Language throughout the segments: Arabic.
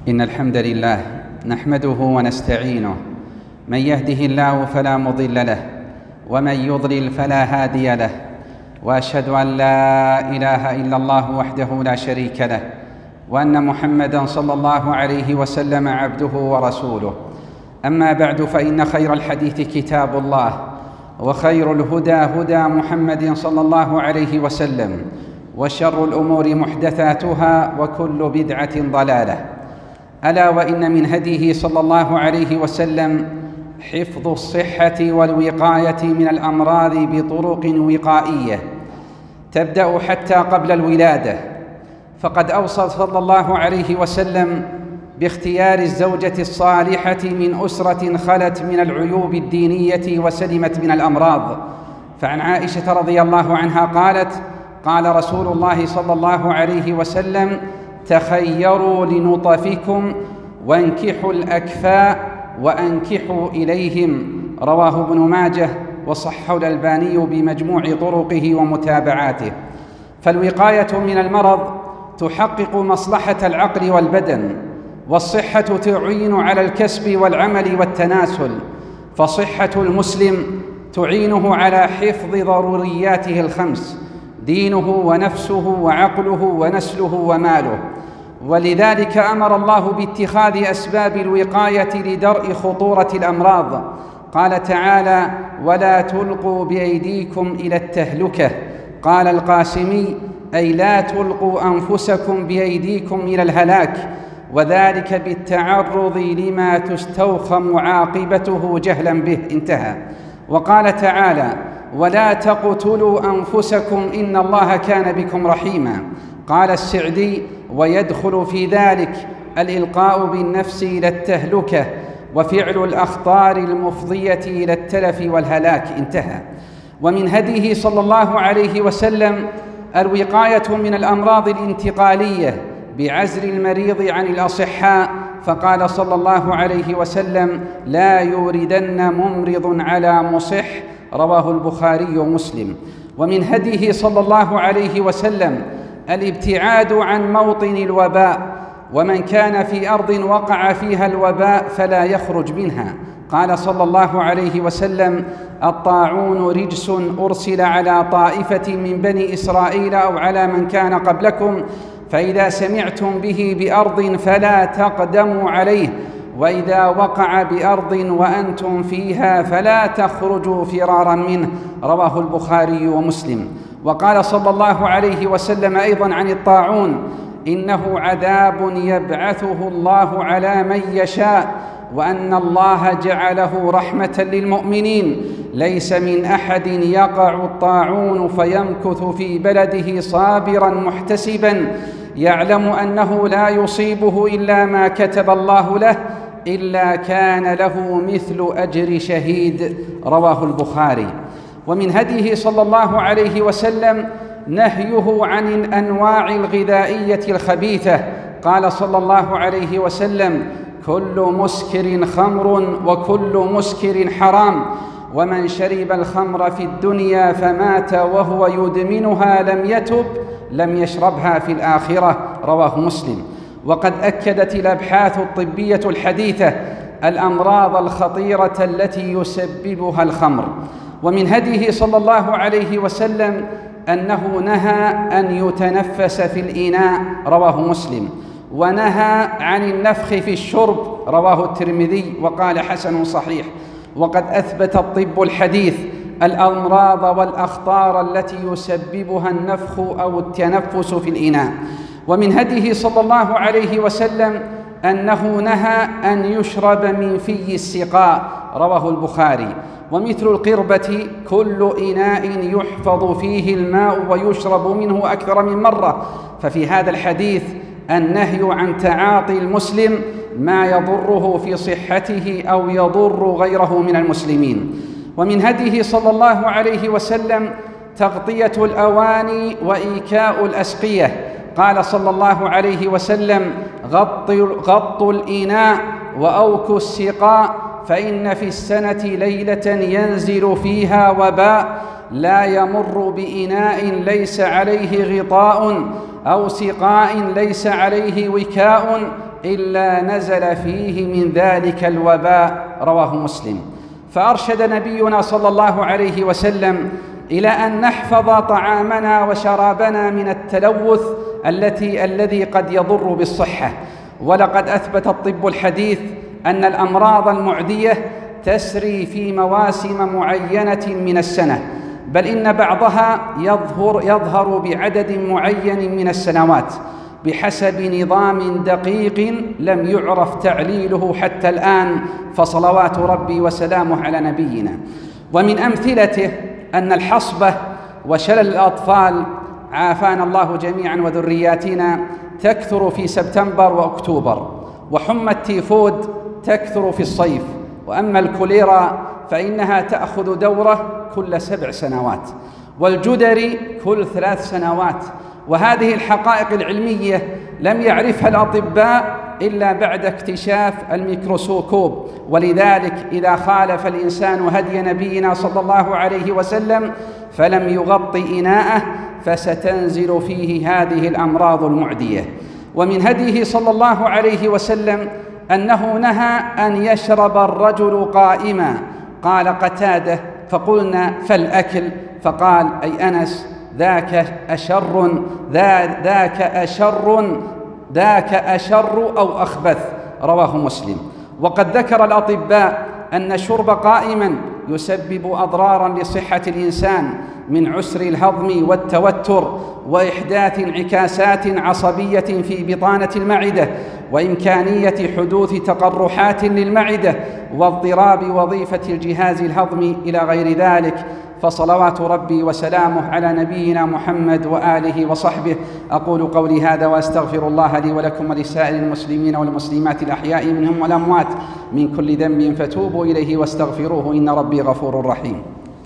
إن الحمد لله نحمده ونستعينه، من يهده الله فلا مضل له ومن يضلل فلا هادي له، وأشهد أن لا إله إلا الله وحده لا شريك له، وأن محمدًا صلى الله عليه وسلم عبده ورسوله. أما بعد، فإن خير الحديث كتاب الله، وخير الهدى هدى محمد صلى الله عليه وسلم، وشر الأمور محدثاتها، وكل بدعة ضلالة. ألا وإن من هديه صلى الله عليه وسلم حفظ الصحة والوقاية من الأمراض بطرق وقائية تبدأ حتى قبل الولادة، فقد أوصى صلى الله عليه وسلم باختيار الزوجة الصالحة من أسرة خلت من العيوب الدينية وسلمت من الأمراض. فعن عائشة رضي الله عنها قالت: قال رسول الله صلى الله عليه وسلم: تخيروا لنطفكم وانكحوا الأكفاء وأنكحوا إليهم. رواه ابن ماجه وصححه الألباني بمجموع طرقه ومتابعاته. فالوقاية من المرض تحقق مصلحة العقل والبدن، والصحة تعين على الكسب والعمل والتناسل، فصحة المسلم تعينه على حفظ ضرورياته الخمس: دينه ونفسه وعقله ونسله وماله. ولذلك أمر الله باتخاذ أسباب الوقاية لدرء خطورة الأمراض. قال تعالى: ولا تلقوا بأيديكم إلى التهلكة. قال القاسمي: أي لا تلقوا أنفسكم بأيديكم إلى الهلاك، وذلك بالتعرض لما تستوخم عاقبته جهلا به. انتهى. وقال تعالى: ولا تقتلوا أنفسكم إن الله كان بكم رحيما. قال السعدي: ويدخل في ذلك الإلقاء بالنفس إلى التهلكة وفعل الأخطار المفضية إلى التلف والهلاك. انتهى. ومن هديه صلى الله عليه وسلم الوقاية من الأمراض الانتقالية بعزل المريض عن الأصحاء، فقال صلى الله عليه وسلم: لا يوردن ممرض على مصح. رواه البخاري ومسلم. ومن هديه صلى الله عليه وسلم الابتعاد عن موطن الوباء، ومن كان في أرض وقع فيها الوباء فلا يخرج منها. قال صلى الله عليه وسلم: الطاعون رجس أرسل على طائفة من بني إسرائيل أو على من كان قبلكم، فإذا سمعتم به بأرض فلا تقدموا عليه، وإذا وقع بأرض وأنتم فيها فلا تخرجوا فرارا منه. رواه البخاري ومسلم. وقال صلى الله عليه وسلم أيضا عن الطاعون: إنه عذاب يبعثه الله على من يشاء، وأن الله جعله رحمة للمؤمنين. ليس من أحد يقع الطاعون فيمكث في بلده صابرا محتسبا يعلم أنه لا يصيبه إلا ما كتب الله له، إلا كان له مثل أجر شهيد. رواه البخاري. ومن هديه صلى الله عليه وسلم نهيه عن الأنواع الغذائية الخبيثة. قال صلى الله عليه وسلم: كل مسكر خمر وكل مسكر حرام، ومن شرب الخمر في الدنيا فمات وهو يدمنها لم يتب لم يشربها في الآخرة. رواه مسلم. وقد أكدت الأبحاث الطبية الحديثة الأمراض الخطيرة التي يسببها الخمر. ومن هديه صلى الله عليه وسلم أنه نهى أن يتنفس في الإناء. رواه مسلم. ونهى عن النفخ في الشرب. رواه الترمذي وقال حسن صحيح. وقد أثبت الطب الحديث الأمراض والأخطار التي يسببها النفخ أو التنفس في الإناء. ومن هديه صلى الله عليه وسلم أنه نهى أن يشرب من في السقاء. رواه البخاري. ومثل القربة كل إناء يحفظ فيه الماء ويشرب منه أكثر من مرة. ففي هذا الحديث النهي عن تعاطي المسلم ما يضره في صحته أو يضر غيره من المسلمين. ومن هديه صلى الله عليه وسلم تغطية الأواني وإيكاء الأسقية. قال صلى الله عليه وسلم: غطوا الإناء وأوكوا السقاء، فإن في السنة ليلة ينزل فيها وباء لا يمر بإناء ليس عليه غطاء أو سقاء ليس عليه وكاء إلا نزل فيه من ذلك الوباء، رواه مسلم. فأرشد نبينا صلى الله عليه وسلم إلى أن نحفظ طعامنا وشرابنا من التلوث الذي قد يضر بالصحة. ولقد أثبت الطب الحديث أن الأمراض المعدية تسري في مواسم معينة من السنة، بل إن بعضها يظهر بعدد معين من السنوات بحسب نظام دقيق لم يعرف تعليله حتى الآن، فصلوات ربي وسلامه على نبينا. ومن أمثلته أن الحصبة وشلل الأطفال، عافانا الله جميعا وذرياتنا، تكثر في سبتمبر وأكتوبر، وحمى التيفود تكثر في الصيف، وأما الكوليرا فإنها تأخذ دورة كل 7 سنوات، والجدري كل 3 سنوات. وهذه الحقائق العلمية لم يعرفها الأطباء إلا بعد اكتشاف الميكروسكوب. ولذلك إذا خالف الإنسان هدي نبينا صلى الله عليه وسلم فلم يغطي إناءه فستنزل فيه هذه الأمراض المعدية. ومن هديه صلى الله عليه وسلم أنه نهى أن يشرب الرجل قائما. قال قتادة: فقلنا فالأكل؟ فقال أي أنس: ذاك أشر أو أخبث، رواه مسلم. وقد ذكر الأطباء أن شرب قائما يسبب أضرارا لصحة الإنسان من عسر الهضم والتوتر، وإحداث انعكاسات عصبية في بطانة المعدة، وإمكانية حدوث تقرحات للمعدة، واضطراب وظيفة الجهاز الهضمي إلى غير ذلك. فصلوات ربي وسلامه على نبينا محمد وآله وصحبه. أقول قولي هذا وأستغفر الله لي ولكم ولسائر المسلمين والمسلمات الأحياء منهم والأموات من كل ذنب فتوبوا إليه واستغفروه إن ربي غفور رحيم.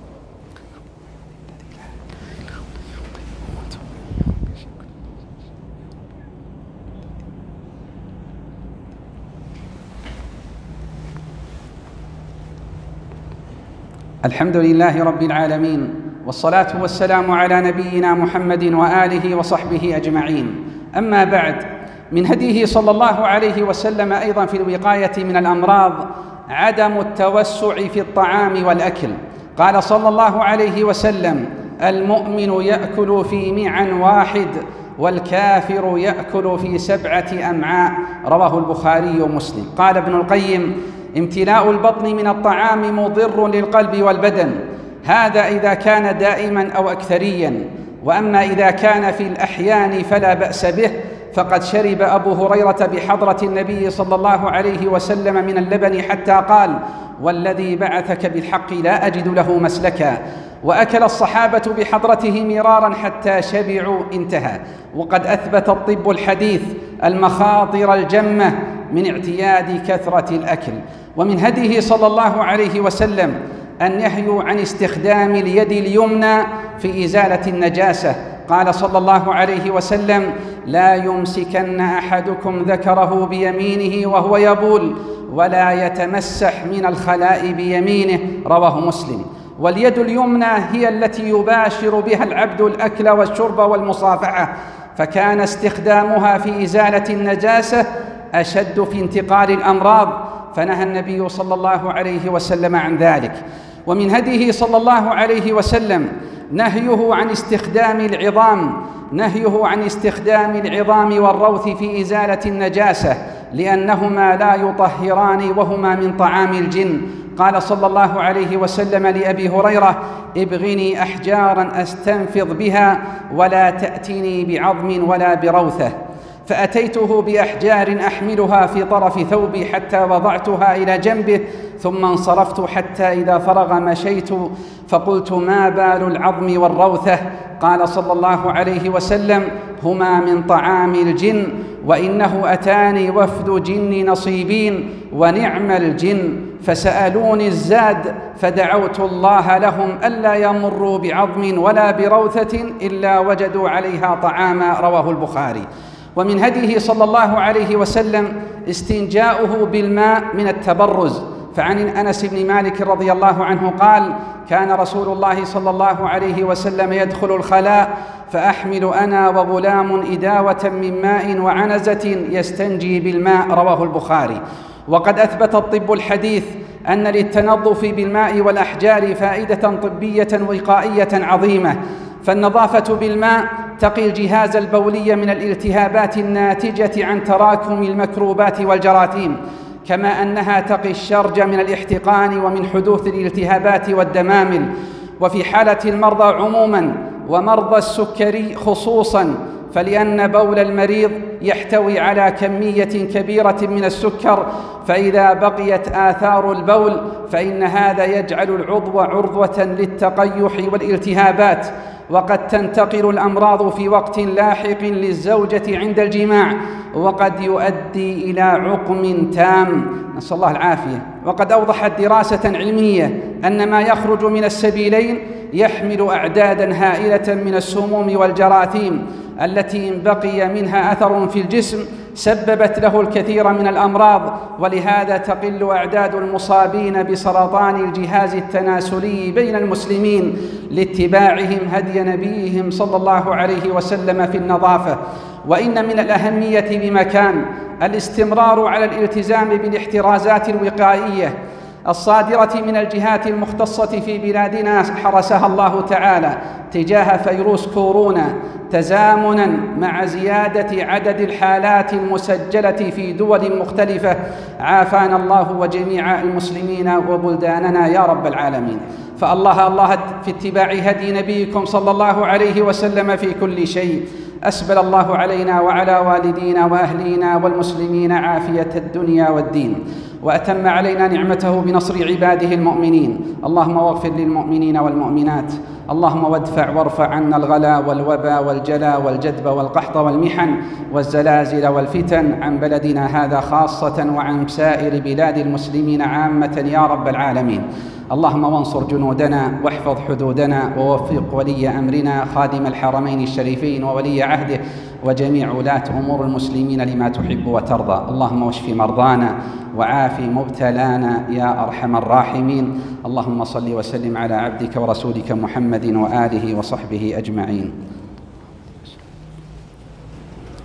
الحمد لله رب العالمين، والصلاة والسلام على نبينا محمد وآله وصحبه أجمعين. أما بعد، من هديه صلى الله عليه وسلم أيضا في الوقاية من الأمراض عدم التوسع في الطعام والأكل. قال صلى الله عليه وسلم: المؤمن يأكل في معا واحد والكافر يأكل في 7 أمعاء، رواه البخاري ومسلم. قال ابن القيم: امتلاء البطن من الطعام مضر للقلب والبدن، هذا إذا كان دائما أو أكثريا، وأما إذا كان في الأحيان فلا بأس به. فقد شرب أبو هريرة بحضرة النبي صلى الله عليه وسلم من اللبن حتى قال: والذي بعثك بالحق لا أجد له مسلكا. وأكل الصحابة بحضرته مرارا حتى شبعوا، انتهى. وقد أثبت الطب الحديث المخاطر الجمة من اعتياد كثرة الأكل. ومن هديه صلى الله عليه وسلم النهي عن استخدام اليد اليمنى في إزالة النجاسة. قال صلى الله عليه وسلم: لا يمسكن أحدكم ذكره بيمينه وهو يبول، ولا يتمسح من الخلاء بيمينه، رواه مسلم. واليد اليمنى هي التي يباشر بها العبد الأكل والشرب والمصافحة، فكان استخدامها في إزالة النجاسة أشد في انتقال الأمراض، فنهى النبي صلى الله عليه وسلم عن ذلك. ومن هديه صلى الله عليه وسلم نهيه عن استخدام العظام والروث في إزالة النجاسة، لأنهما لا يطهران وهما من طعام الجن. قال صلى الله عليه وسلم لأبي هريرة: ابغني أحجارا أستنفض بها ولا تأتني بعظم ولا بروثة. فأتيته بأحجار أحملها في طرف ثوبي حتى وضعتها إلى جنبه، ثم انصرفت حتى إذا فرغ مشيت، فقلت: ما بال العظم والروثة؟ قال صلى الله عليه وسلم: هما من طعام الجن، وإنه أتاني وفد جن نصيبين ونعم الجن فسألوني الزاد، فدعوت الله لهم ألا يمروا بعظم ولا بروثة إلا وجدوا عليها طعاما، رواه البخاري. ومن هديه صلى الله عليه وسلم استنجاؤه بالماء من التبرز، فعن أنس بن مالك رضي الله عنه قال: كان رسول الله صلى الله عليه وسلم يدخل الخلاء فأحمل أنا وغلام إداوة من ماء وعنزة يستنجي بالماء. رواه البخاري. وقد أثبت الطب الحديث أن للتنظف بالماء والأحجار فائدة طبية وقائية عظيمة، فالنظافة بالماء تقي الجهاز البولي من الالتهابات الناتجة عن تراكم الميكروبات والجراثيم، كما أنها تقي الشرج من الاحتقان ومن حدوث الالتهابات والدمامل. وفي حالة المرضى عموماً ومرضى السكري خصوصاً، فلأن بول المريض يحتوي على كمية كبيرة من السكر، فإذا بقيت آثار البول فإن هذا يجعل العضو عرضة للتقيح والالتهابات، وقد تنتقل الأمراض في وقت لاحق للزوجة عند الجماع، وقد يؤدي إلى عقم تام، نسأل الله العافية. وقد أوضحت دراسة علمية أن ما يخرج من السبيلين يحمل أعداداً هائلة من السموم والجراثيم التي إن بقي منها أثر في الجسم سببت له الكثير من الأمراض، ولهذا تقل أعداد المصابين بسرطان الجهاز التناسلي بين المسلمين لاتباعهم هدي نبيهم صلى الله عليه وسلم في النظافة. وإن من الأهمية بمكان الاستمرار على الالتزام بالاحترازات الوقائية الصادرة من الجهات المختصة في بلادنا حرسها الله تعالى تجاه فيروس كورونا، تزامناً مع زيادة عدد الحالات المسجلة في دول مختلفة. عافانا الله وجميع المسلمين وبلداننا يا رب العالمين. فالله في اتباع هدي نبيكم صلى الله عليه وسلم في كل شيء. أسبل الله علينا وعلى والدينا وأهلينا والمسلمين عافية الدنيا والدين، وأتم علينا نعمته بنصر عباده المؤمنين. اللهم واغفر للمؤمنين والمؤمنات، اللهم وارفع عنا الغلا والوبا والجلا والجدب والقحط والمحن والزلازل والفتن عن بلدنا هذا خاصة وعن سائر بلاد المسلمين عامة يا رب العالمين. اللهم وانصر جنودنا واحفظ حدودنا ووفق ولي أمرنا خادم الحرمين الشريفين وولي عهده وجميع ولاة أمور المسلمين لما تحب وترضى. اللهم واشف مرضانا وعافي مبتلانا يا أرحم الراحمين. اللهم صل وسلم على عبدك ورسولك محمد وآله وصحبه أجمعين.